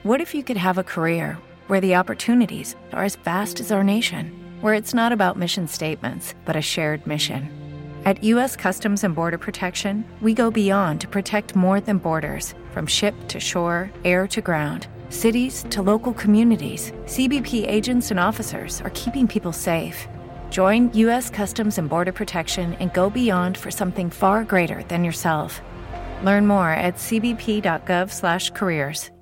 What if you could have a career where the opportunities are as vast as our nation, where it's not about mission statements, but a shared mission? At U.S. Customs and Border Protection, we go beyond to protect more than borders. From ship to shore, air to ground, cities to local communities, CBP agents and officers are keeping people safe. Join U.S. Customs and Border Protection and go beyond for something far greater than yourself. Learn more at cbp.gov/careers.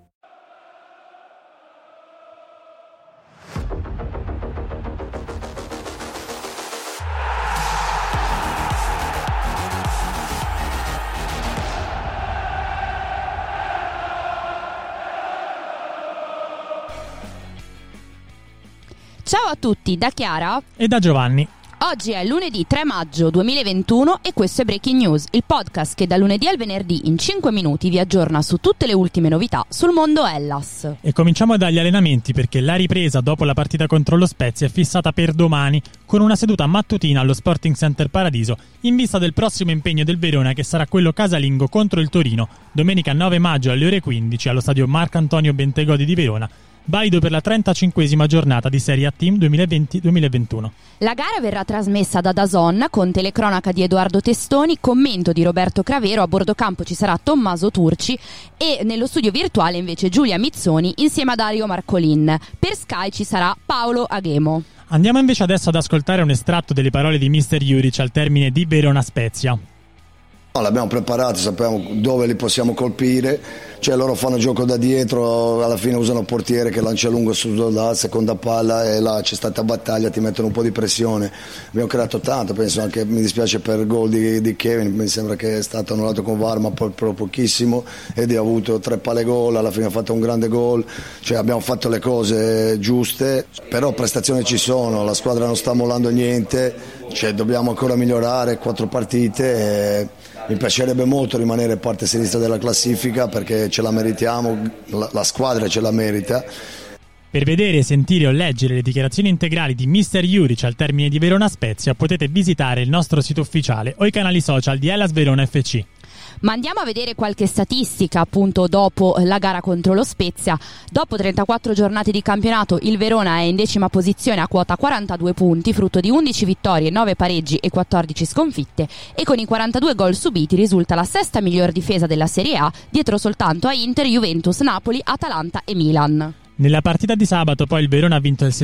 Ciao a tutti, da Chiara e da Giovanni. Oggi è lunedì 3 maggio 2021 e questo è Breaking News, il podcast che da lunedì al venerdì in 5 minuti vi aggiorna su tutte le ultime novità sul mondo Hellas. E cominciamo dagli allenamenti, perché la ripresa dopo la partita contro lo Spezia è fissata per domani con una seduta mattutina allo Sporting Center Paradiso in vista del prossimo impegno del Verona, che sarà quello casalingo contro il Torino domenica 9 maggio alle ore 15 allo stadio Marco Antonio Bentegodi di Verona, valido per la 35esima giornata di Serie A Team 2020-2021. La gara verrà trasmessa da DAZN con telecronaca di Edoardo Testoni, commento di Roberto Cravero, a bordo campo ci sarà Tommaso Turci e nello studio virtuale invece Giulia Mizzoni insieme a Dario Marcolin. Per Sky ci sarà Paolo Aghemo. Andiamo invece adesso ad ascoltare un estratto delle parole di Mister Juric al termine di Verona Spezia. L'abbiamo preparato, sappiamo dove li possiamo colpire, cioè loro fanno gioco da dietro, alla fine usano portiere che lancia lungo sulla seconda palla e là c'è stata battaglia, ti mettono un po' di pressione. Abbiamo creato tanto, penso anche, mi dispiace per il gol di Kevin, mi sembra che è stato annullato con VAR ma proprio pochissimo, ed ha avuto 3 palle gol, alla fine ha fatto un grande gol, cioè abbiamo fatto le cose giuste, però prestazioni ci sono, la squadra non sta mollando niente, cioè dobbiamo ancora migliorare, 4 partite e mi piacerebbe molto rimanere parte sinistra della classifica perché ce la meritiamo, la squadra ce la merita. Per vedere, sentire o leggere le dichiarazioni integrali di Mister Juric al termine di Verona Spezia potete visitare il nostro sito ufficiale o i canali social di Hellas Verona FC. Ma andiamo a vedere qualche statistica appunto dopo la gara contro lo Spezia. Dopo 34 giornate di campionato il Verona è in 10ª posizione a quota 42 punti, frutto di 11 vittorie, 9 pareggi e 14 sconfitte, e con i 42 gol subiti risulta la 6ª miglior difesa della Serie A, dietro soltanto a Inter, Juventus, Napoli, Atalanta e Milan. Nella partita di sabato poi il Verona ha vinto il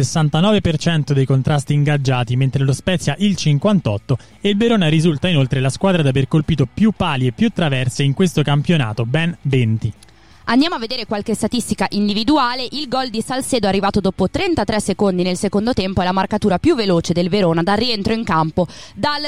69% dei contrasti ingaggiati, mentre lo Spezia il 58%, e il Verona risulta inoltre la squadra ad aver colpito più pali e più traverse in questo campionato, ben 20. Andiamo a vedere qualche statistica individuale. Il gol di Salcedo, arrivato dopo 33 secondi nel secondo tempo, è la marcatura più veloce del Verona dal rientro in campo dal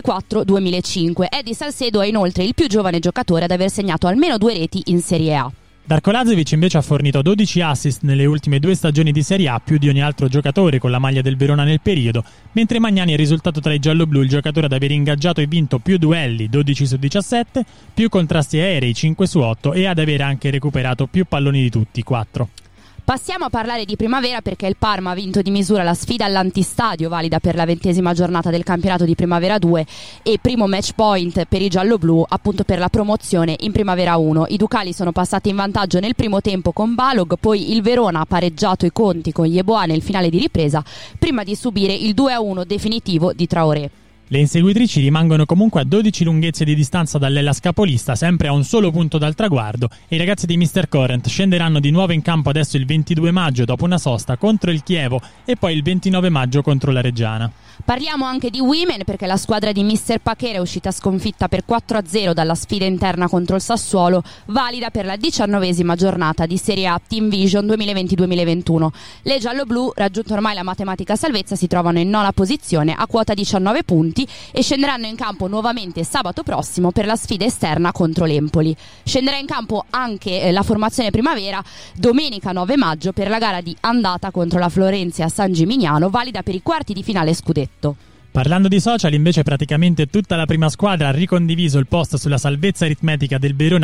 2004-2005. Eddie Salcedo è inoltre il più giovane giocatore ad aver segnato almeno 2 reti in Serie A. Darko Lazovic invece ha fornito 12 assist nelle ultime 2 stagioni di Serie A, più di ogni altro giocatore con la maglia del Verona nel periodo, mentre Magnani è risultato tra i gialloblu il giocatore ad aver ingaggiato e vinto più duelli, 12 su 17, più contrasti aerei, 5 su 8, e ad aver anche recuperato più palloni di tutti, 4. Passiamo a parlare di primavera, perché il Parma ha vinto di misura la sfida all'antistadio valida per la 20ª giornata del campionato di Primavera 2 e primo match point per i gialloblu appunto per la promozione in Primavera 1. I ducali sono passati in vantaggio nel primo tempo con Balog, poi il Verona ha pareggiato i conti con Yeboah nel finale di ripresa prima di subire il 2-1 definitivo di Traoré. Le inseguitrici rimangono comunque a 12 lunghezze di distanza dall'Hellas capolista, sempre a un solo punto dal traguardo, e i ragazzi di Mr. Corrent scenderanno di nuovo in campo adesso il 22 maggio dopo una sosta contro il Chievo e poi il 29 maggio contro la Reggiana. Parliamo anche di Women, perché la squadra di Mr. Pachera è uscita sconfitta per 4-0 dalla sfida interna contro il Sassuolo, valida per la 19ª giornata di Serie A Team Vision 2020-2021. Le gialloblu, raggiunta ormai la matematica salvezza, si trovano in 9ª posizione a quota 19 punti e scenderanno in campo nuovamente sabato prossimo per la sfida esterna contro l'Empoli. Scenderà in campo anche la formazione primavera domenica 9 maggio per la gara di andata contro la Florentia San Gimignano, valida per i quarti di finale scudetto. Parlando di social, invece, praticamente tutta la prima squadra ha ricondiviso il post sulla salvezza aritmetica del Verona,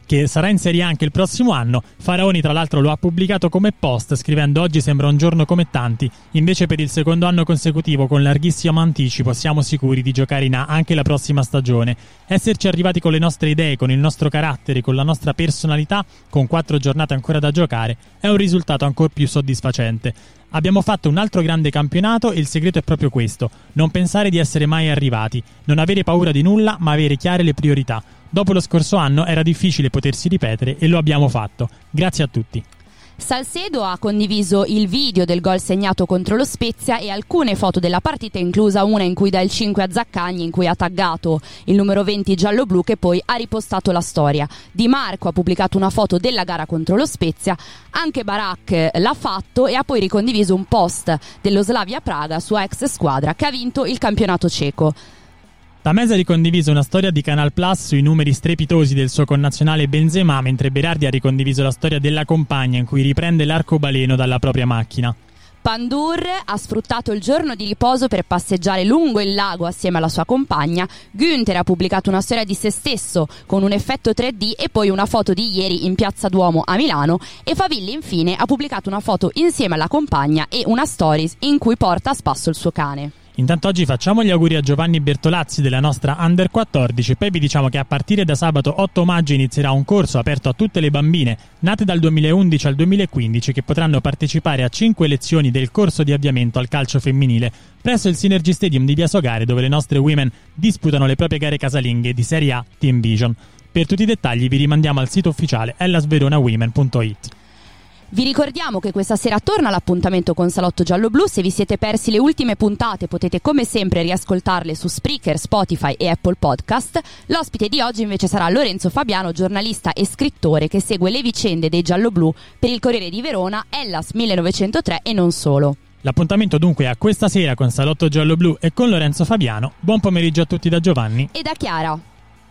che sarà in Serie A anche il prossimo anno. Faraoni tra l'altro lo ha pubblicato come post scrivendo: oggi sembra un giorno come tanti, invece per il secondo anno consecutivo con larghissimo anticipo siamo sicuri di giocare in A anche la prossima stagione. Esserci arrivati con le nostre idee, con il nostro carattere, con la nostra personalità, con 4 giornate ancora da giocare, è un risultato ancora più soddisfacente. Abbiamo fatto un altro grande campionato e il segreto è proprio questo: non pensare di essere mai arrivati, non avere paura di nulla ma avere chiare le priorità. Dopo lo scorso anno era difficile potersi ripetere e lo abbiamo fatto. Grazie a tutti. Salcedo ha condiviso il video del gol segnato contro lo Spezia e alcune foto della partita, inclusa una in cui dà il 5 a Zaccagni, in cui ha taggato il numero 20 giallo-blu, che poi ha ripostato la storia. Di Marco ha pubblicato una foto della gara contro lo Spezia, anche Barak l'ha fatto e ha poi ricondiviso un post dello Slavia Praga, sua ex squadra, che ha vinto il campionato ceco. Tamese ha ricondiviso una storia di Canal Plus sui numeri strepitosi del suo connazionale Benzema, mentre Berardi ha ricondiviso la storia della compagna in cui riprende l'arcobaleno dalla propria macchina. Pandur ha sfruttato il giorno di riposo per passeggiare lungo il lago assieme alla sua compagna. Günther ha pubblicato una storia di se stesso con un effetto 3D e poi una foto di ieri in Piazza Duomo a Milano, e Favilli infine ha pubblicato una foto insieme alla compagna e una stories in cui porta a spasso il suo cane. Intanto oggi facciamo gli auguri a Giovanni Bertolazzi della nostra Under 14 e poi vi diciamo che a partire da sabato 8 maggio inizierà un corso aperto a tutte le bambine nate dal 2011 al 2015 che potranno partecipare a 5 lezioni del corso di avviamento al calcio femminile presso il Synergy Stadium di Via Sogare, dove le nostre women disputano le proprie gare casalinghe di Serie A Team Vision. Per tutti i dettagli vi rimandiamo al sito ufficiale hellasveronawomen.it. Vi ricordiamo che questa sera torna l'appuntamento con Salotto Giallo-Blu. Se vi siete persi le ultime puntate potete come sempre riascoltarle su Spreaker, Spotify e Apple Podcast. L'ospite di oggi invece sarà Lorenzo Fabiano, giornalista e scrittore che segue le vicende dei giallo-blu per il Corriere di Verona, Hellas 1903 e non solo. L'appuntamento dunque è a questa sera con Salotto Giallo-Blu e con Lorenzo Fabiano. Buon pomeriggio a tutti da Giovanni e da Chiara.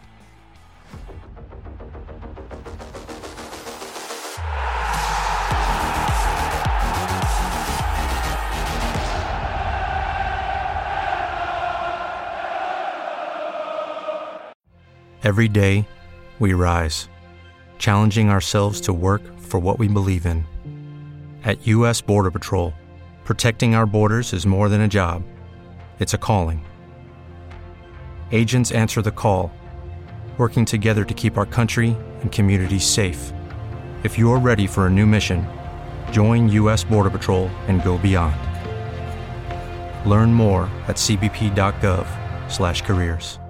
Every day, we rise, challenging ourselves to work for what we believe in. At U.S. Border Patrol, protecting our borders is more than a job. It's a calling. Agents answer the call, working together to keep our country and communities safe. If you're ready for a new mission, join U.S. Border Patrol and go beyond. Learn more at cbp.gov/careers.